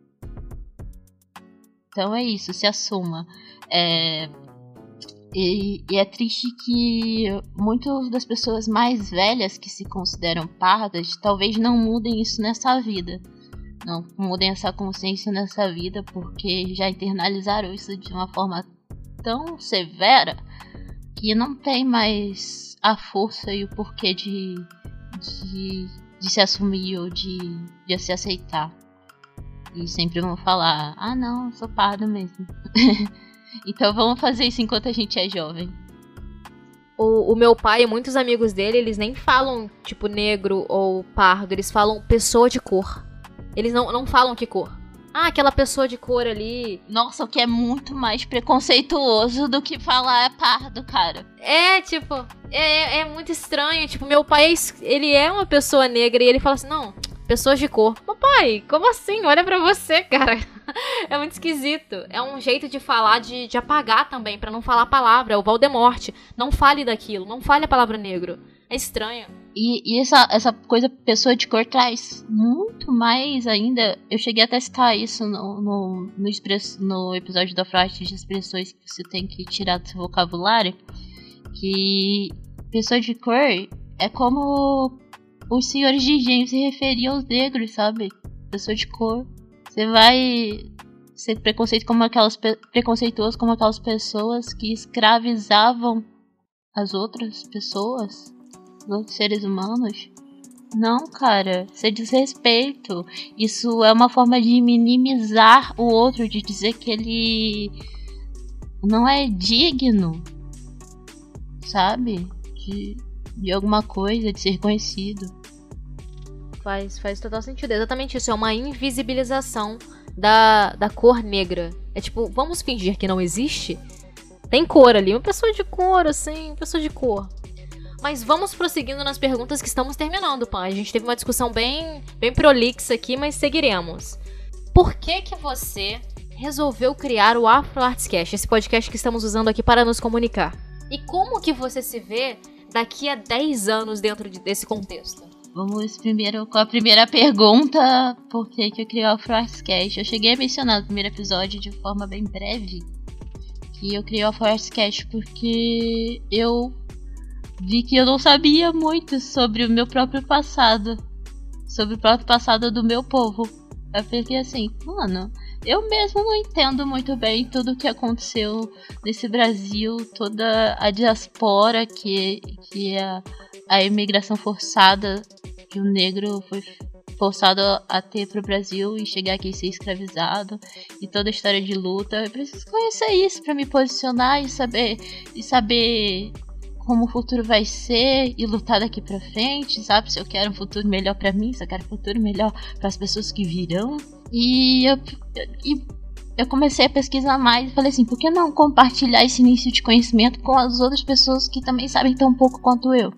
Então é isso, se assuma. É... E, e é triste que muitas das pessoas mais velhas que se consideram pardas talvez não mudem isso nessa vida. Não mudem essa consciência nessa vida porque já internalizaram isso de uma forma tão severa que não tem mais a força e o porquê de, de, de se assumir ou de, de se aceitar. E sempre vão falar, ah não, eu sou pardo mesmo. Então vamos fazer isso enquanto a gente é jovem. O, o meu pai e muitos amigos dele, eles nem falam, tipo, negro ou pardo. Eles falam pessoa de cor. Eles não, não falam que cor. Ah, aquela pessoa de cor ali. Nossa, o que é muito mais preconceituoso do que falar é pardo, cara. É, tipo, é, é muito estranho. Tipo, meu pai, ele é uma pessoa negra e ele fala assim, não... Pessoas de cor. Papai, como assim? Olha pra você, cara. É muito esquisito. É um jeito de falar, de, de apagar também, pra não falar a palavra. É o Voldemort. Não fale daquilo. Não fale a palavra negro. É estranho. E, e essa, essa coisa, pessoa de cor, traz muito mais ainda. Eu cheguei até a citar isso no, no, no, express, no episódio da frase de expressões que você tem que tirar do seu vocabulário. Que pessoa de cor é como... Os senhores de engenho se referiam aos negros, sabe? Pessoa de cor. Você vai ser preconceito como aquelas, preconceituoso como aquelas pessoas que escravizavam as outras pessoas, os outros seres humanos? Não, cara, isso é desrespeito. Isso é uma forma de minimizar o outro, de dizer que ele não é digno, sabe? De, de alguma coisa, de ser conhecido. Faz, faz total sentido. É exatamente isso. É uma invisibilização da, da cor negra. É tipo, vamos fingir que não existe? Tem cor ali. Uma pessoa de cor, assim, uma pessoa de cor. Mas vamos prosseguindo nas perguntas que estamos terminando, Pan. A gente teve uma discussão bem, bem prolixa aqui, mas seguiremos. Por que que você resolveu criar o Afro Arts Cast, esse podcast que estamos usando aqui para nos comunicar? E como que você se vê daqui a dez anos dentro de, desse contexto? Vamos primeiro com a primeira pergunta. Por que que eu criei o Afro Arts Cast? Eu cheguei a mencionar no primeiro episódio de forma bem breve que eu criei o Afro Arts Cast porque eu vi que eu não sabia muito sobre o meu próprio passado, sobre o próprio passado do meu povo. Eu fiquei assim, mano, eu mesmo não entendo muito bem tudo o que aconteceu nesse Brasil, toda a diaspora que, que é a, a imigração forçada, que o negro foi forçado a ter pro Brasil e chegar aqui e ser escravizado, e toda a história de luta. Eu preciso conhecer isso pra me posicionar e saber, e saber como o futuro vai ser e lutar daqui pra frente, sabe? Se eu quero um futuro melhor pra mim, se eu quero um futuro melhor pras pessoas que virão. E eu, e eu comecei a pesquisar mais e falei assim, por que não compartilhar esse início de conhecimento com as outras pessoas que também sabem tão pouco quanto eu?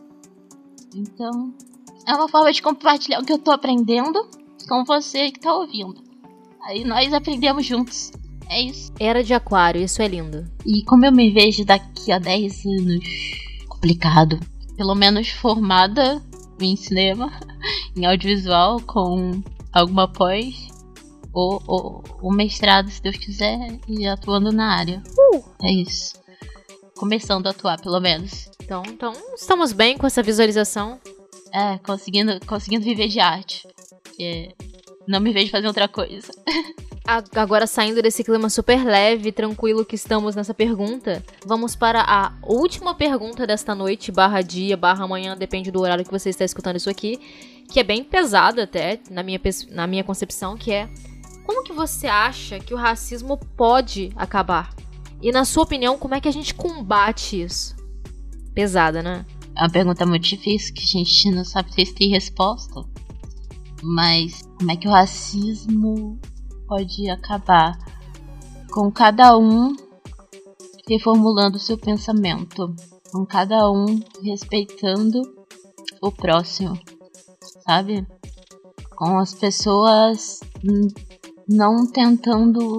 Então, é uma forma de compartilhar o que eu tô aprendendo com você que tá ouvindo. Aí nós aprendemos juntos. É isso. Era de Aquário, isso é lindo. E como eu me vejo daqui a dez anos, complicado. Pelo menos formada em cinema, em audiovisual, com alguma pós, ou, ou, ou mestrado, se Deus quiser, e atuando na área. Uh. É isso. Começando a atuar, pelo menos. Então, então estamos bem com essa visualização. É, conseguindo, conseguindo viver de arte. Porque não me vejo fazer outra coisa. Agora, saindo desse clima super leve e tranquilo que estamos nessa pergunta, vamos para a última pergunta desta noite, barra dia, barra amanhã, depende do horário que você está escutando isso aqui, que é bem pesada até, na minha, na minha concepção, que é: como que você acha que o racismo pode acabar? E na sua opinião, como é que a gente combate isso? Pesada, né? É uma pergunta muito difícil, que a gente não sabe se tem resposta. Mas como é que o racismo pode acabar? Com cada um reformulando o seu pensamento, com cada um respeitando o próximo, sabe? Com as pessoas não tentando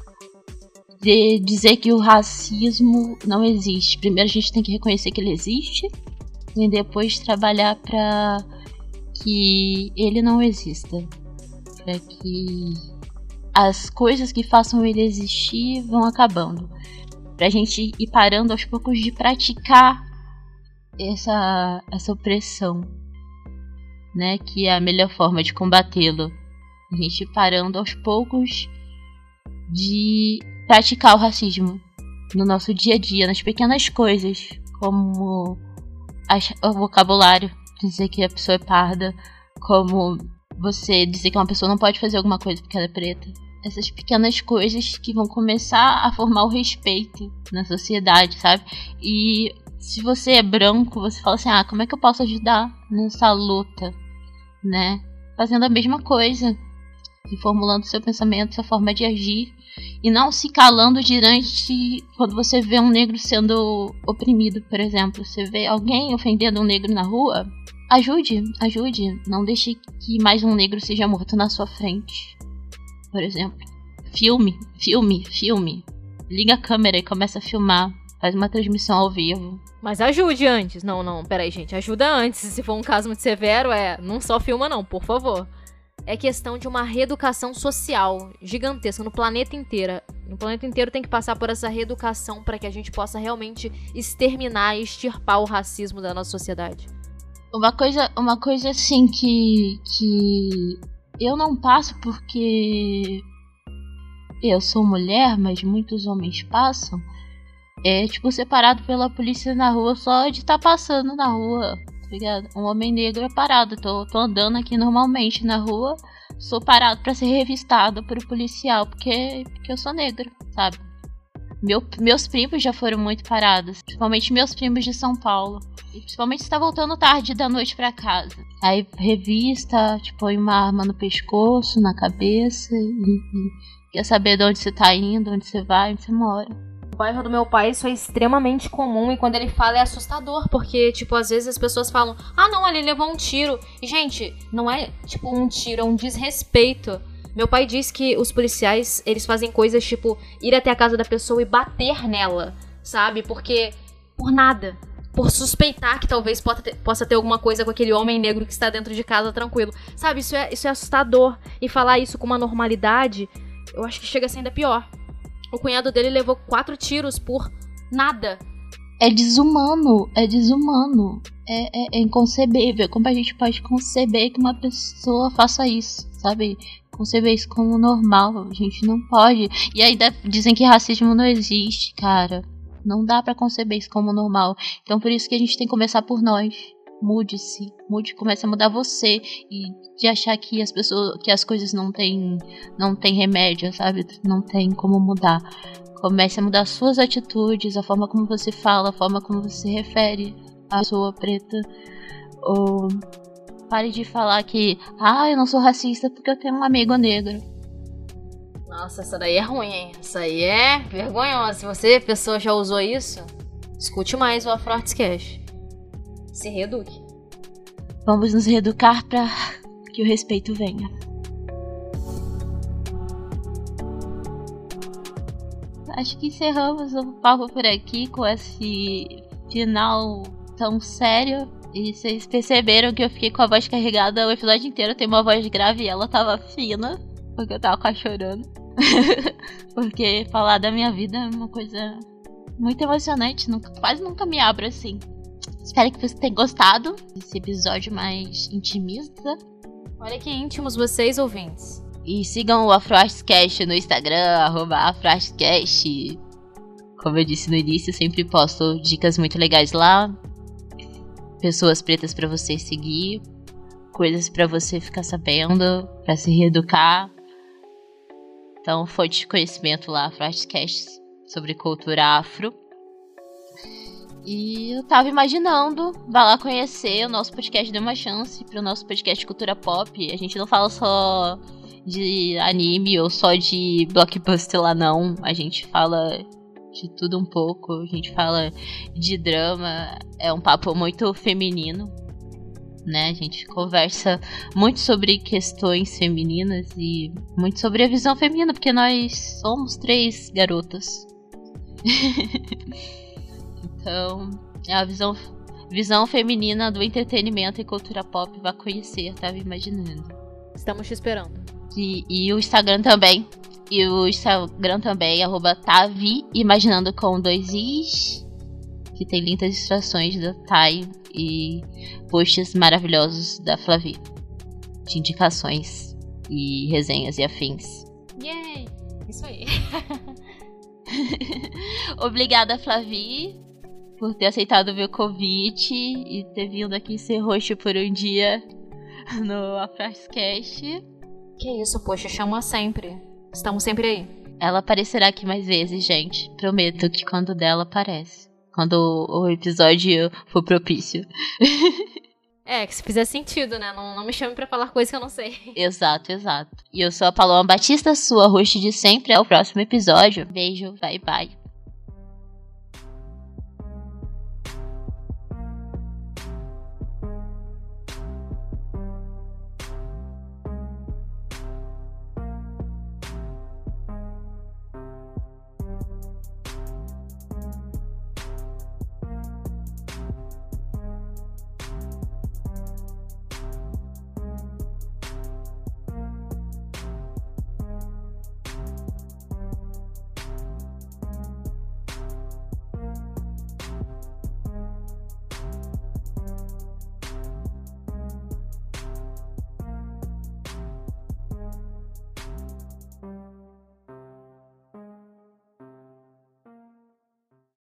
de dizer que o racismo não existe. Primeiro a gente tem que reconhecer que ele existe e depois trabalhar para que ele não exista, para que as coisas que façam ele existir vão acabando, pra gente ir parando aos poucos de praticar essa, essa opressão, né, que é a melhor forma de combatê-lo. A gente ir parando aos poucos de praticar o racismo no nosso dia a dia, nas pequenas coisas, como o vocabulário, dizer que a pessoa é parda, como você dizer que uma pessoa não pode fazer alguma coisa porque ela é preta. Essas pequenas coisas que vão começar a formar o respeito na sociedade, sabe? E se você é branco, você fala assim, ah, como é que eu posso ajudar nessa luta, né? Fazendo a mesma coisa, formulando seu pensamento, sua forma de agir, e não se calando diante quando você vê um negro sendo oprimido, por exemplo. Você vê alguém ofendendo um negro na rua, ajude, ajude. Não deixe que mais um negro seja morto na sua frente, por exemplo. Filme, filme, filme. Liga a câmera e começa a filmar. Faz uma transmissão ao vivo. Mas ajude antes. Não, não, peraí, gente. Ajuda antes. Se for um caso muito severo, é... não só filma não, por favor. É questão de uma reeducação social gigantesca no planeta inteiro. No planeta inteiro tem que passar por essa reeducação para que a gente possa realmente exterminar e extirpar o racismo da nossa sociedade. Uma coisa, uma coisa assim que, que eu não passo porque eu sou mulher, mas muitos homens passam. É, tipo, ser parado pela polícia na rua só de estar tá passando na rua, tá ligado? Um homem negro é parado. Tô, tô andando aqui normalmente na rua, sou parado pra ser revistado por policial, porque, porque eu sou negra, sabe? Meu, meus primos já foram muito parados, principalmente meus primos de São Paulo. E principalmente se tá voltando tarde da noite pra casa. Aí revista, tipo, põe uma arma no pescoço, na cabeça, e, e quer saber de onde você tá indo, onde você vai, onde você mora. No bairro do meu pai isso é extremamente comum e quando ele fala é assustador, porque, tipo, às vezes as pessoas falam, ah não, ele levou um tiro. E, gente, não é, tipo, um tiro, é um desrespeito. Meu pai diz que os policiais, eles fazem coisas tipo ir até a casa da pessoa e bater nela, sabe? Porque, por nada. Por suspeitar que talvez possa ter, possa ter alguma coisa com aquele homem negro que está dentro de casa tranquilo. Sabe, isso é, isso é assustador. E falar isso com uma normalidade, eu acho que chega a ser ainda pior. O cunhado dele levou quatro tiros por nada. É desumano, é desumano. É, é, é inconcebível. Como a gente pode conceber que uma pessoa faça isso, sabe? Conceber isso como normal, a gente não pode. E ainda dizem que racismo não existe, cara. Não dá pra conceber isso como normal. Então por isso que a gente tem que começar por nós. Mude-se, mude, comece a mudar você. E de achar que as pessoas, que as coisas não tem, não tem remédio, sabe? Não tem como mudar. Comece a mudar suas atitudes, a forma como você fala, a forma como você se refere à pessoa preta. Ou pare de falar que, ah, eu não sou racista porque eu tenho um amigo negro. Nossa, essa daí é ruim, hein? Essa aí é vergonhosa. Se você, pessoa, já usou isso, escute mais o Afro Arts Cash. Se reeduque. Vamos nos reeducar pra que o respeito venha. Acho que encerramos o papo por aqui com esse final tão sério. E vocês perceberam que eu fiquei com a voz carregada o episódio inteiro. Tem uma voz grave e ela tava fina, porque eu tava quase chorando. Porque falar da minha vida é uma coisa muito emocionante. Nunca, quase nunca me abro assim. Espero que você tenha gostado desse episódio mais intimista. Olha que íntimos vocês, ouvintes. E sigam o Afro Arts Cash no Instagram, arroba Afro Arts Cash. Como eu disse no início, eu sempre posto dicas muito legais lá. Pessoas pretas pra você seguir. Coisas pra você ficar sabendo, pra se reeducar. Então, fonte de conhecimento lá, Afro Arts Cash, sobre cultura afro. E eu tava imaginando, vá lá conhecer o nosso podcast, dê uma chance pro nosso podcast de cultura pop. A gente não fala só de anime ou só de blockbuster lá não. A gente fala de tudo um pouco, a gente fala de drama. É um papo muito feminino, né? A gente conversa muito sobre questões femininas e muito sobre a visão feminina, porque nós somos três garotas. Então, é a visão, visão feminina do entretenimento e cultura pop. Vai conhecer, tava imaginando. Estamos te esperando. E, e o Instagram também. E o Instagram também, arroba Tavi, imaginando com dois Is. Que tem lindas ilustrações da Thay e posts maravilhosos da Flavi. De indicações e resenhas e afins. Yay! Isso aí. Obrigada, Flavi, por ter aceitado o meu convite e ter vindo aqui ser host por um dia no Afro Arts Cash. Que isso, poxa, chama sempre. Estamos sempre aí. Ela aparecerá aqui mais vezes, gente. Prometo que quando dela aparece. Quando o episódio for propício. É, que se fizer sentido, né? Não, não me chame pra falar coisa que eu não sei. Exato, exato. E eu sou a Paloma Batista, sua host de sempre. Até o próximo episódio. Beijo, bye bye.